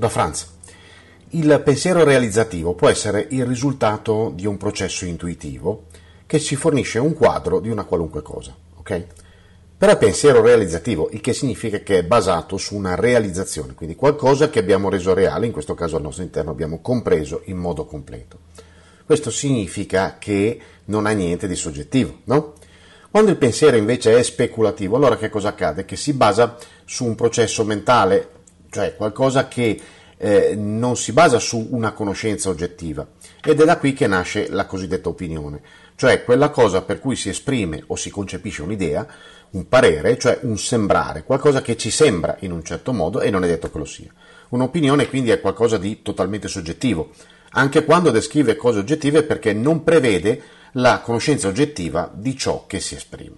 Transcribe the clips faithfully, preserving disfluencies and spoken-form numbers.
Da Franz. Il pensiero realizzativo può essere il risultato di un processo intuitivo che ci fornisce un quadro di una qualunque cosa, ok? Però è pensiero realizzativo, il che significa che è basato su una realizzazione, quindi qualcosa che abbiamo reso reale, in questo caso al nostro interno abbiamo compreso in modo completo. Questo significa che non ha niente di soggettivo, no? Quando il pensiero invece è speculativo, allora che cosa accade? Che si basa su un processo mentale, cioè qualcosa che eh, non si basa su una conoscenza oggettiva, ed è da qui che nasce la cosiddetta opinione, cioè quella cosa per cui si esprime o si concepisce un'idea, un parere, cioè un sembrare, qualcosa che ci sembra in un certo modo e non è detto che lo sia. Un'opinione quindi è qualcosa di totalmente soggettivo, anche quando descrive cose oggettive, perché non prevede la conoscenza oggettiva di ciò che si esprime.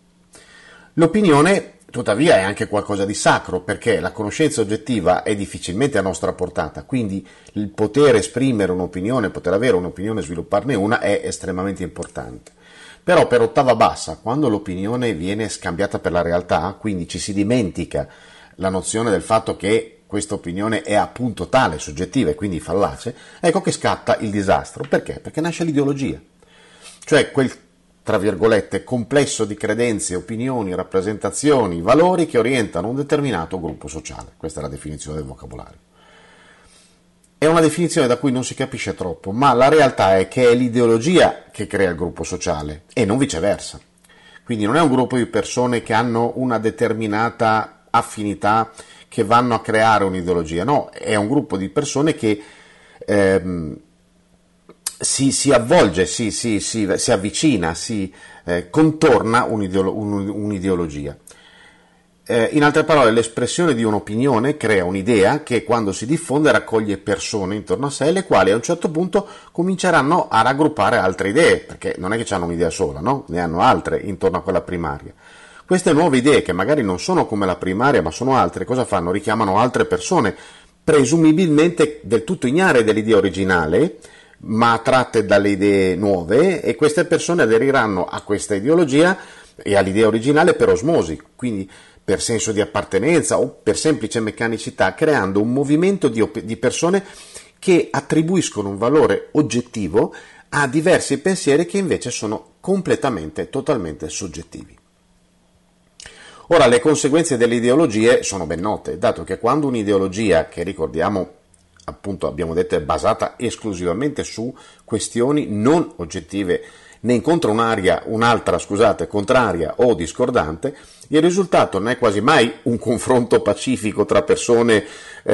L'opinione tuttavia è anche qualcosa di sacro, perché la conoscenza oggettiva è difficilmente a nostra portata, quindi il poter esprimere un'opinione, poter avere un'opinione e svilupparne una è estremamente importante. Però per ottava bassa, quando l'opinione viene scambiata per la realtà, quindi ci si dimentica la nozione del fatto che questa opinione è appunto tale, soggettiva e quindi fallace, ecco che scatta il disastro. Perché? Perché nasce l'ideologia, cioè quel, tra virgolette, complesso di credenze, opinioni, rappresentazioni, valori che orientano un determinato gruppo sociale. Questa è la definizione del vocabolario. È una definizione da cui non si capisce troppo, ma la realtà è che è l'ideologia che crea il gruppo sociale e non viceversa. Quindi non è un gruppo di persone che hanno una determinata affinità che vanno a creare un'ideologia, no, è un gruppo di persone che ehm, si, si avvolge, si, si, si, si avvicina, si eh, contorna un'ideolo- un, un'ideologia. Eh, in altre parole, l'espressione di un'opinione crea un'idea che quando si diffonde raccoglie persone intorno a sé, le quali a un certo punto cominceranno a raggruppare altre idee, perché non è che hanno un'idea sola, no? Ne hanno altre intorno a quella primaria. Queste nuove idee, che magari non sono come la primaria ma sono altre, cosa fanno? Richiamano altre persone, presumibilmente del tutto ignare dell'idea originale, ma attratte dalle idee nuove, e queste persone aderiranno a questa ideologia e all'idea originale per osmosi, quindi per senso di appartenenza o per semplice meccanicità, creando un movimento di, op- di persone che attribuiscono un valore oggettivo a diversi pensieri che invece sono completamente, totalmente soggettivi. Ora, le conseguenze delle ideologie sono ben note, dato che quando un'ideologia, che ricordiamo appunto abbiamo detto è basata esclusivamente su questioni non oggettive, ne incontra un'aria, un'altra, scusate, contraria o discordante, il risultato non è quasi mai un confronto pacifico tra persone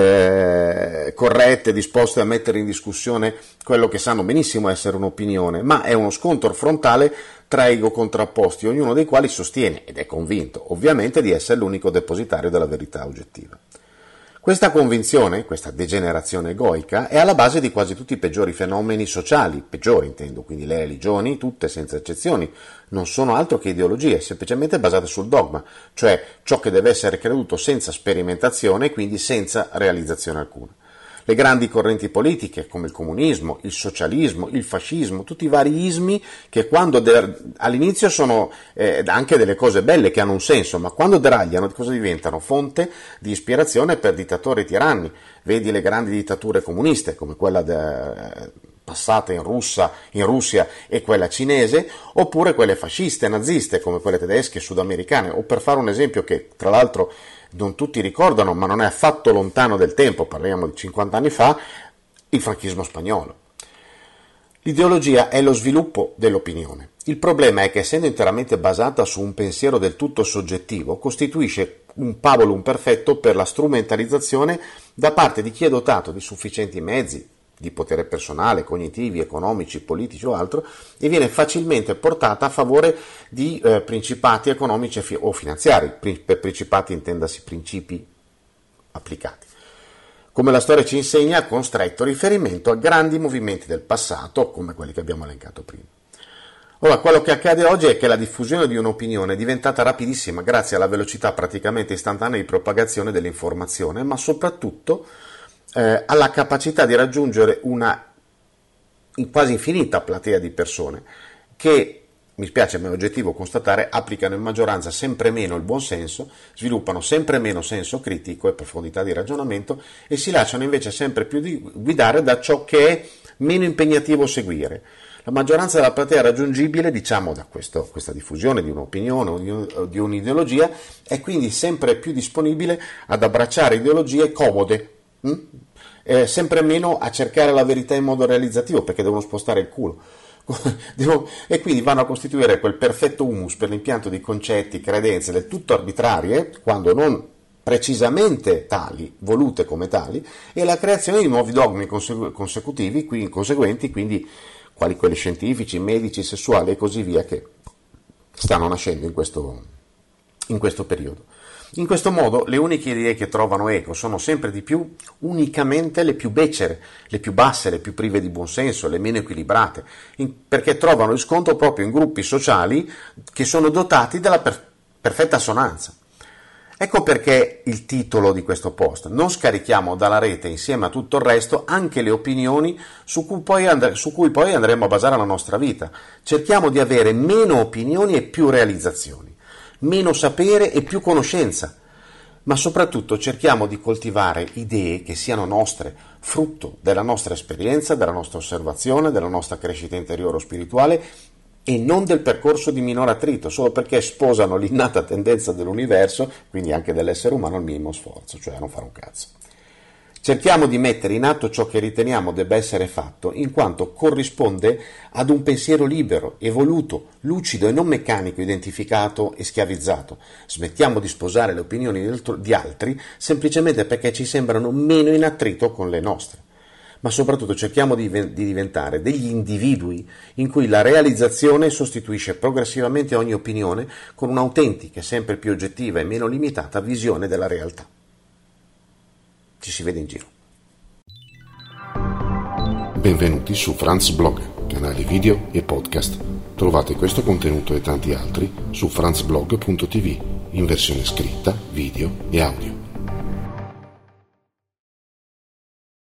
eh, corrette, disposte a mettere in discussione quello che sanno benissimo essere un'opinione, ma è uno scontro frontale tra ego contrapposti, ognuno dei quali sostiene, ed è convinto, ovviamente, di essere l'unico depositario della verità oggettiva. Questa convinzione, questa degenerazione egoica, è alla base di quasi tutti i peggiori fenomeni sociali, peggiori intendo, quindi le religioni, tutte senza eccezioni, non sono altro che ideologie, semplicemente basate sul dogma, cioè ciò che deve essere creduto senza sperimentazione e quindi senza realizzazione alcuna. Le grandi correnti politiche, come il comunismo, il socialismo, il fascismo, tutti i vari ismi che quando de- all'inizio sono eh, anche delle cose belle che hanno un senso, ma quando deragliano cosa diventano? Fonte di ispirazione per dittatori e tiranni. Vedi le grandi dittature comuniste, come quella de- passata in, Russa, in Russia e quella cinese, oppure quelle fasciste, naziste, come quelle tedesche e sudamericane, o per fare un esempio che tra l'altro non tutti ricordano, ma non è affatto lontano del tempo, parliamo di cinquanta anni fa, il franchismo spagnolo. L'ideologia è lo sviluppo dell'opinione. Il problema è che, essendo interamente basata su un pensiero del tutto soggettivo, costituisce un pavolo perfetto per la strumentalizzazione da parte di chi è dotato di sufficienti mezzi, di potere personale, cognitivi, economici, politici o altro, e viene facilmente portata a favore di eh, principati economici o finanziari. Per principati intendasi principi applicati. Come la storia ci insegna, con stretto riferimento a grandi movimenti del passato, come quelli che abbiamo elencato prima. Ora, quello che accade oggi è che la diffusione di un'opinione è diventata rapidissima grazie alla velocità praticamente istantanea di propagazione dell'informazione, ma soprattutto eh, alla capacità di raggiungere una quasi infinita platea di persone che mi spiace ma è oggettivo constatare, applicano in maggioranza sempre meno il buon senso, sviluppano sempre meno senso critico e profondità di ragionamento e si lasciano invece sempre più di guidare da ciò che è meno impegnativo seguire. La maggioranza della platea raggiungibile, diciamo, da questo, questa diffusione di un'opinione o di, un, o di un'ideologia è quindi sempre più disponibile ad abbracciare ideologie comode, hm? eh, sempre meno a cercare la verità in modo realizzativo perché devono spostare il culo. E quindi vanno a costituire quel perfetto humus per l'impianto di concetti, credenze del tutto arbitrarie, quando non precisamente tali, volute come tali, e la creazione di nuovi dogmi consecu- consecutivi, quindi conseguenti, quindi quali quelli scientifici, medici, sessuali e così via, che stanno nascendo in questo, in questo periodo. In questo modo le uniche idee che trovano eco sono sempre di più unicamente le più becere, le più basse, le più prive di buonsenso, le meno equilibrate, in, perché trovano riscontro proprio in gruppi sociali che sono dotati della per, perfetta assonanza. Ecco perché il titolo di questo post: non scarichiamo dalla rete insieme a tutto il resto anche le opinioni su cui poi, and- su cui poi andremo a basare la nostra vita. Cerchiamo di avere meno opinioni e più realizzazioni, meno sapere e più conoscenza, ma soprattutto cerchiamo di coltivare idee che siano nostre, frutto della nostra esperienza, della nostra osservazione, della nostra crescita interiore o spirituale, e non del percorso di minor attrito, solo perché sposano l'innata tendenza dell'universo, quindi anche dell'essere umano, al minimo sforzo, cioè a non fare un cazzo. Cerchiamo di mettere in atto ciò che riteniamo debba essere fatto, in quanto corrisponde ad un pensiero libero, evoluto, lucido e non meccanico, identificato e schiavizzato. Smettiamo di sposare le opinioni di altri semplicemente perché ci sembrano meno in attrito con le nostre. Ma soprattutto cerchiamo di diventare degli individui in cui la realizzazione sostituisce progressivamente ogni opinione con un'autentica, sempre più oggettiva e meno limitata visione della realtà. Ci si vede in giro. Benvenuti su Franz Blog, canale video e podcast. Trovate questo contenuto e tanti altri su franzblog punto tv in versione scritta, video e audio.